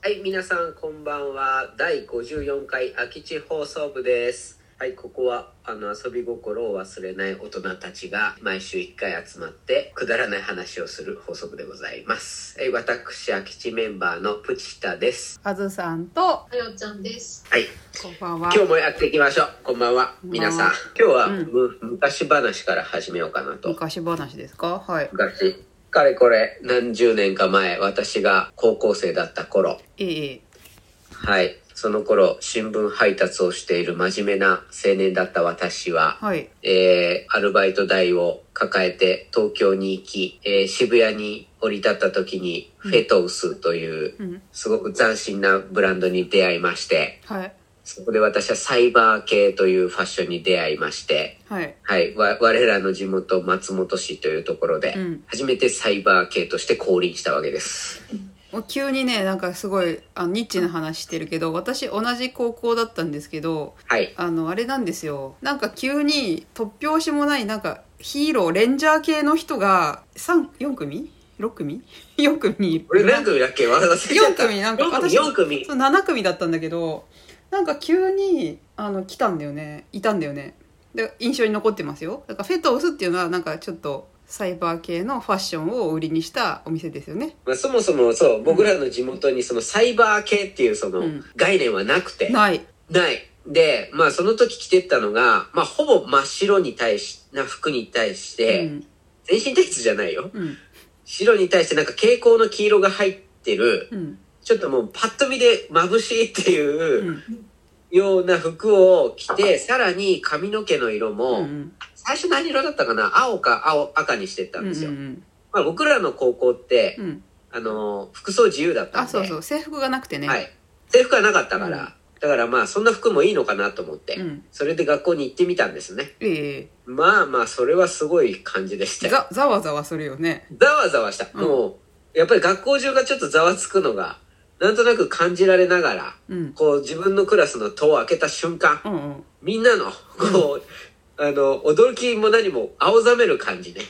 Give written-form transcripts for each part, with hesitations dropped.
はい、皆さんこんばんは。第54回空き地放送部です。はい、ここは遊び心を忘れない大人たちが毎週1回集まってくだらない話をする放送部でございます。私空き地メンバーのプチタです。 あずさんとあよちゃんです。 はい、 こんばんは。 今日もやっていきましょう。こんばんは皆さん。今日は、昔話から始めようかなと。 昔話ですか？はい。 昔かれこれ何十年か前、私が高校生だった頃、はい、その頃新聞配達をしている真面目な青年だった私は、 はい、 アルバイト代を抱えて東京に行き、渋谷に降り立った時にフェトウスというすごく斬新なブランドに出会いまして、 はい、 そこで私はサイバー系というファッションに出会いまして、 はいはい、我らの地元松本市というところで、初めてサイバー系として降臨したわけです。 もう急にね、なんかすごいニッチな話してるけど、私同じ高校だったんですけど、 はい、 あれなんですよ。なんか急に突拍子もないなんかヒーローレンジャー系の人が4組6組4組いる。 俺何組だっけ？ 4組なんか私 4組そう7組だったんだけど、なんか急に来たんだよね。いたんだよね。で印象に残ってますよ。だからフェトウスっていうのはなんかちょっとサイバー系のファッションを売りにしたお店ですよね。 まあ、そもそもそう、僕らの地元にそのサイバー系っていうその概念はなくて、 ないで、まあその時着てったのが、まあほぼ真っ白な服に対して、全身タイツじゃないよ、白に対してなんか蛍光の黄色が入ってる、ちょっともうパッと見で眩しいっていう、ような服を着て、さらに髪の毛の色も、最初何色だったかな、青か赤にしてったんですよ。まあ、僕らの高校って、服装自由だったんで。 そうそう、制服がなくてね。 はい。制服がなかったから、だからまあそんな服もいいのかなと思って、それで学校に行ってみたんですね。まあまあそれはすごい感じでしたよ。 ざわざわするよね。 ざわざわした。もう、やっぱり学校中がちょっとざわつくのが、なんとなく感じられながら、こう自分のクラスの戸を開けた瞬間、みんなのこう、驚きも何も青ざめる感じね。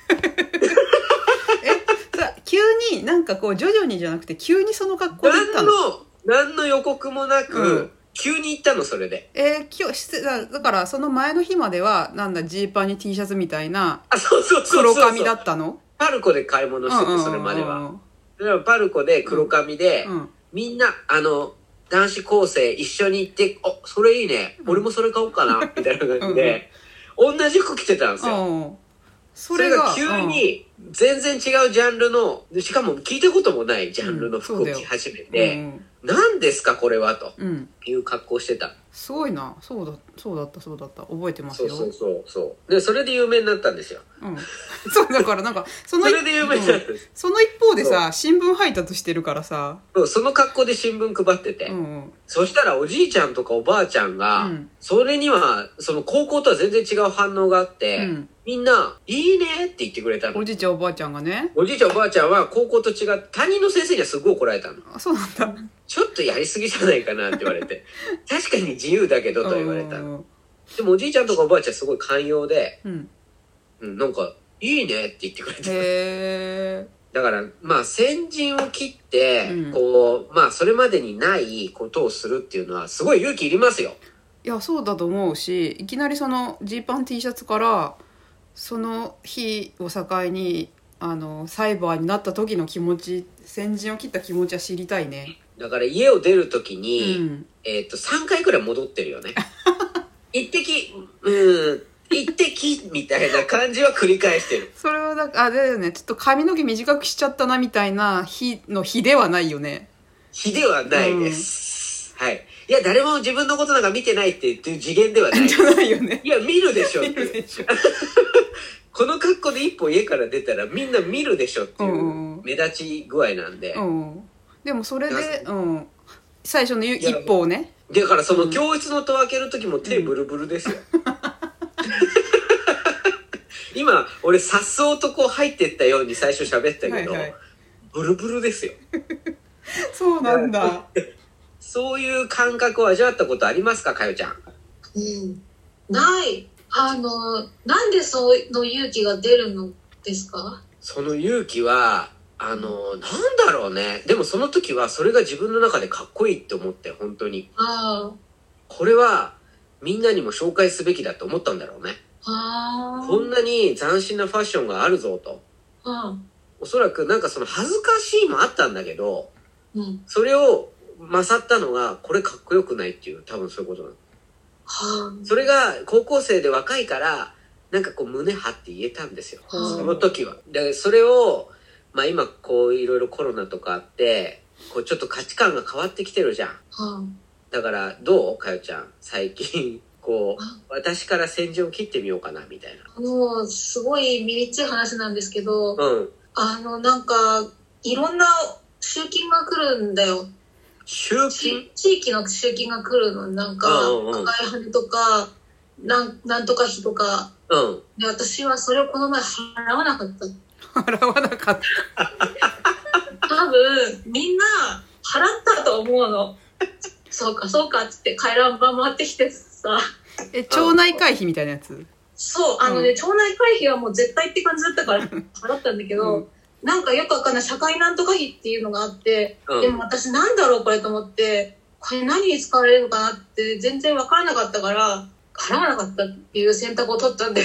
急になんかこう徐々にじゃなくて急にその格好で行ったの？ 何の予告もなく、急に行ったの、それで。 今日だからその前の日まではなんだジーパンに T シャツみたいな黒髪だったの？ パルコで買い物してて、それまでは。パルコで黒髪で、みんな男子高生一緒に行って、それいいね、俺もそれ買おうかなみたいな感じで、同じ服着てたんですよ。それが急に全然違うジャンルの、しかも聞いたこともないジャンルの服を着始めて、何ですかこれはという格好してた。 すごいな。そうだった覚えてますよ。 そうでそれで有名になったんですよ。 そうだからなんかそれで有名になったんです。 その一方でさ、新聞配達してるからさ、 その格好で新聞配ってて、そしたらおじいちゃんとかおばあちゃんが、それにはその高校とは全然違う反応があって、みんないいねって言ってくれたの。 おじいちゃんおばあちゃんがね。 おじいちゃんおばあちゃんは高校と違って担任の先生にはすごい怒られたの。 そうなんだ。 ちょっとやりすぎじゃないかなって言われて確かに自由だけどと言われたの。でもおじいちゃんとかおばあちゃんすごい寛容で、なんかいいねって言ってくれて、だからまあ先陣を切って、こうまあそれまでにないことをするっていうのはすごい勇気いりますよ。 いやそうだと思うし、いきなりそのジーパン T シャツからその日を境にサイバーになった時の気持ち、先陣を切った気持ちは知りたいね。 だから家を出る時に、3回くらい戻ってるよね。一滴みたいな感じは繰り返してる。 それはだよね。ちょっと髪の毛短くしちゃったなみたいな日ではないよね。 日ではないです。はい。いや誰も自分のことなんか見てないっていう次元ではない。 じゃないよね。 いや見るでしょって。この格好で一歩家から出たらみんな見るでしょっていう目立ち具合なんで。 でもそれで、最初の一歩をね。 だからその教室の戸開ける時も手ブルブルですよ。今俺さっそうとこう入ってったように最初喋ったけど、ブルブルですよ。 そうなんだ。 そういう感覚を味わったことありますか、かよちゃん？ ない。なんでその勇気が出るのですか？ その勇気はなんだろうね。でもその時はそれが自分の中でかっこいいって思って、本当に。これはみんなにも紹介すべきだと思ったんだろうね。こんなに斬新なファッションがあるぞと。おそらくなんかその恥ずかしいもあったんだけど、それを勝ったのが、これかっこよくないっていう、多分そういうことなの。それが高校生で若いから、なんかこう胸張って言えたんですよ。その時は。で、それを、今こういろいろコロナとかあって、こうちょっと価値観が変わってきてるじゃん。だからどうかよちゃん、最近こう私から先陣を切ってみようかなみたいな。 すごい身につい話なんですけど、なんかいろんな集金が来るんだよ。 集金？ 地域の集金が来るの。なんか赤い羽とかなんとか費とか、で私はそれをこの前払わなかった。 払わなかった。 多分みんな払ったと思うの。そうかそうかっつって回覧板回ってきてさ。 町内会費みたいなやつ？ そう、町内会費はもう絶対って感じだったから払ったんだけど、なんかよくわかんない社会なんとか費っていうのがあって、でも私なんだろうこれと思って、これ何に使われるのかなって全然わからなかったから、払わなかったっていう選択を取ったんだよ。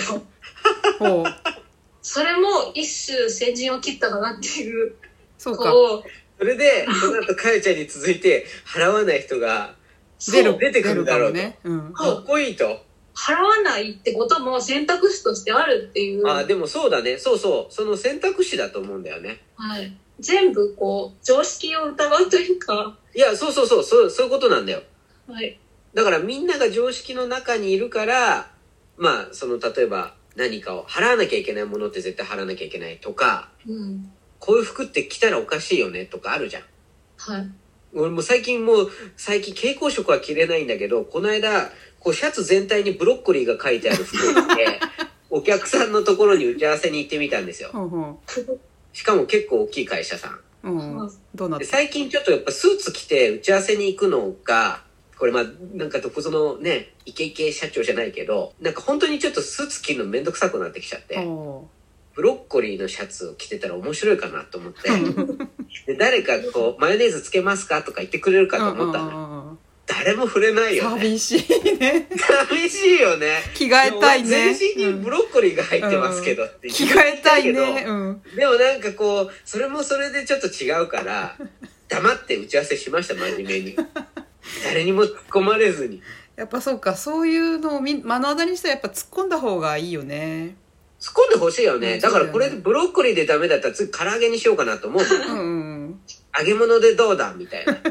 それも一種先陣を切ったかなっていう。 そうか。 それで、その後かよちゃんに続いて払わない人が出てくるだろうと。ね、かっこいいと。 払わないってことも選択肢としてあるっていう。 でもそうだね。そうそう。その選択肢だと思うんだよね。 はい。全部こう、常識を疑うというか。 いや、そういうことなんだよ。 はい。 だからみんなが常識の中にいるから、例えば何かを払わなきゃいけないものって絶対払わなきゃいけないとか、こういう服って着たらおかしいよねとかあるじゃん。 はい。 俺も最近蛍光色は着れないんだけど、この間、こうシャツ全体にブロッコリーが書いてある服を着て、お客さんのところに打ち合わせに行ってみたんですよ。しかも結構大きい会社さん。 どうなって？ で最近ちょっとやっぱスーツ着て打ち合わせに行くのが、これなんかそのね、イケイケ社長じゃないけど、なんか本当にちょっとスーツ着るのめんどくさくなってきちゃって、ブロッコリーのシャツを着てたら面白いかなと思って、で誰かこうマヨネーズつけますかとか言ってくれるかと思ったの。誰も触れないよね。 寂しいね。 寂しいよね。 着替えたいね。 全身にブロッコリーが入ってますけどって着替えたいね。 でもなんかこう、それもそれでちょっと違うから、黙って打ち合わせしました、真面目に。誰にも突っ込まれずに。 やっぱそうか、そういうのを目の当たりにしたらやっぱ突っ込んだ方がいいよね。 突っ込んでほしいよね。だからこれでブロッコリーでダメだったら次唐揚げにしようかなと思う。揚げ物でどうだみたいな。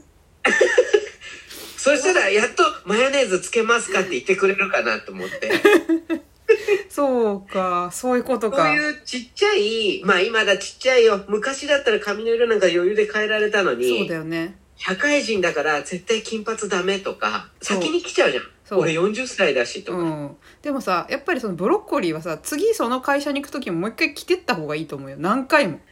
そしたらやっとマヨネーズつけますかって言ってくれるかなと思って。 そうか、そういうことか。 そういうちっちゃい、今だちっちゃいよ。昔だったら髪の色なんか余裕で変えられたのに。 そうだよね。 社会人だから絶対金髪ダメとか、先に来ちゃうじゃん。俺40歳だしとか。 でもさ、やっぱりそのブロッコリーはさ、次その会社に行く時ももう一回着てった方がいいと思うよ。何回も。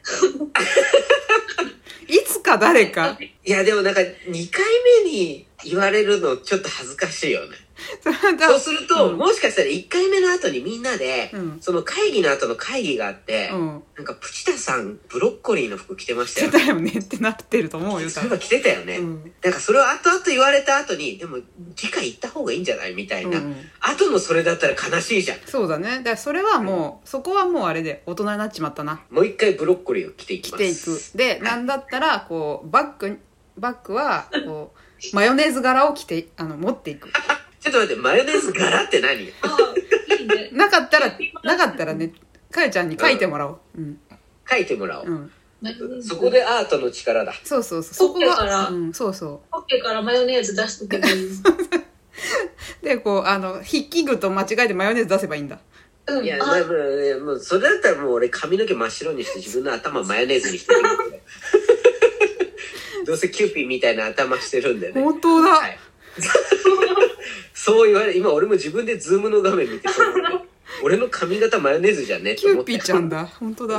いつか誰か。 いやでもなんか2回目に言われるのちょっと恥ずかしいよね。そうすると、もしかしたら1回目の後にみんなで、その会議の後の会議があって、なんかプチタさんブロッコリーの服着てましたよね。 着てたよねってなってると思うよ。 そういえば着てたよね。なんかそれを後々言われた後に、でも次回行った方がいいんじゃないみたいな。後のそれだったら悲しいじゃん。 そうだね。だからそれはもう、そこはもうあれで大人になっちまったな。 もう一回ブロッコリーを着ていきます。 着ていく。で、なんだったら、こう、バッグは、こう、マヨネーズ柄を持っていく。 ちょっと待って、マヨネーズ柄って何？ いいね。 なかったらね、かよちゃんに書いてもらおう。 書いてもらおう。そこでアートの力だ。 そう。そこが、 そうそう。 ポッケからマヨネーズ出しとけばいい。 で、こう、筆記具と間違えてマヨネーズ出せばいいんだ。 いや、もう、それだったらもう俺髪の毛真っ白にして自分の頭マヨネーズにしてる。どうせキューピーみたいな頭してるんでね。 本当だ。はい、 そう言われ、今俺も自分でズームの画面見て、俺の髪型マヨネーズじゃねキューピーちゃんだ。本当だ。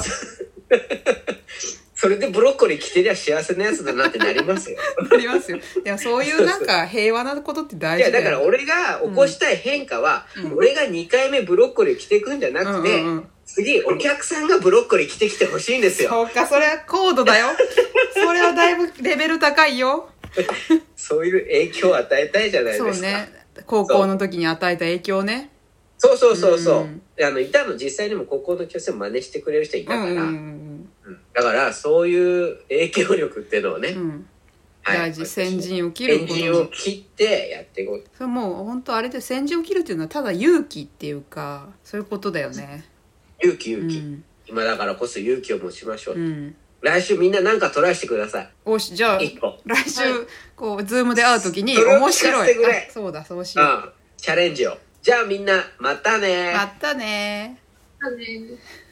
それでブロッコリー着てりゃ幸せなやつだなってなりますよ。 なりますよ。いや、そういうなんか平和なことって大事だよ。 いや、だから俺が起こしたい変化は、俺が2回目ブロッコリー着ていくんじゃなくて、 次お客さんがブロッコリー着てきてほしいんですよ。 そうか、それは高度だよ。それはだいぶレベル高いよ。 そういう影響を与えたいじゃないですか。 そうね。高校の時に与えた影響ね。 そうそうそうそう。いたの、実際にも高校の教室で真似してくれる人いたから。だからそういう影響力っていうのをね。 大事。先陣を切る。 先陣を切ってやっていこう。 それもう本当あれで先陣を切るっていうのはただ勇気っていうか、そういうことだよね。 勇気。今だからこそ勇気を持ちましょう。来週みんななんかトライしてください。 おし、じゃあ来週こうズームで会うときに面白い。そうだ、そうしよう。 チャレンジを。じゃあみんなまたね。 またね。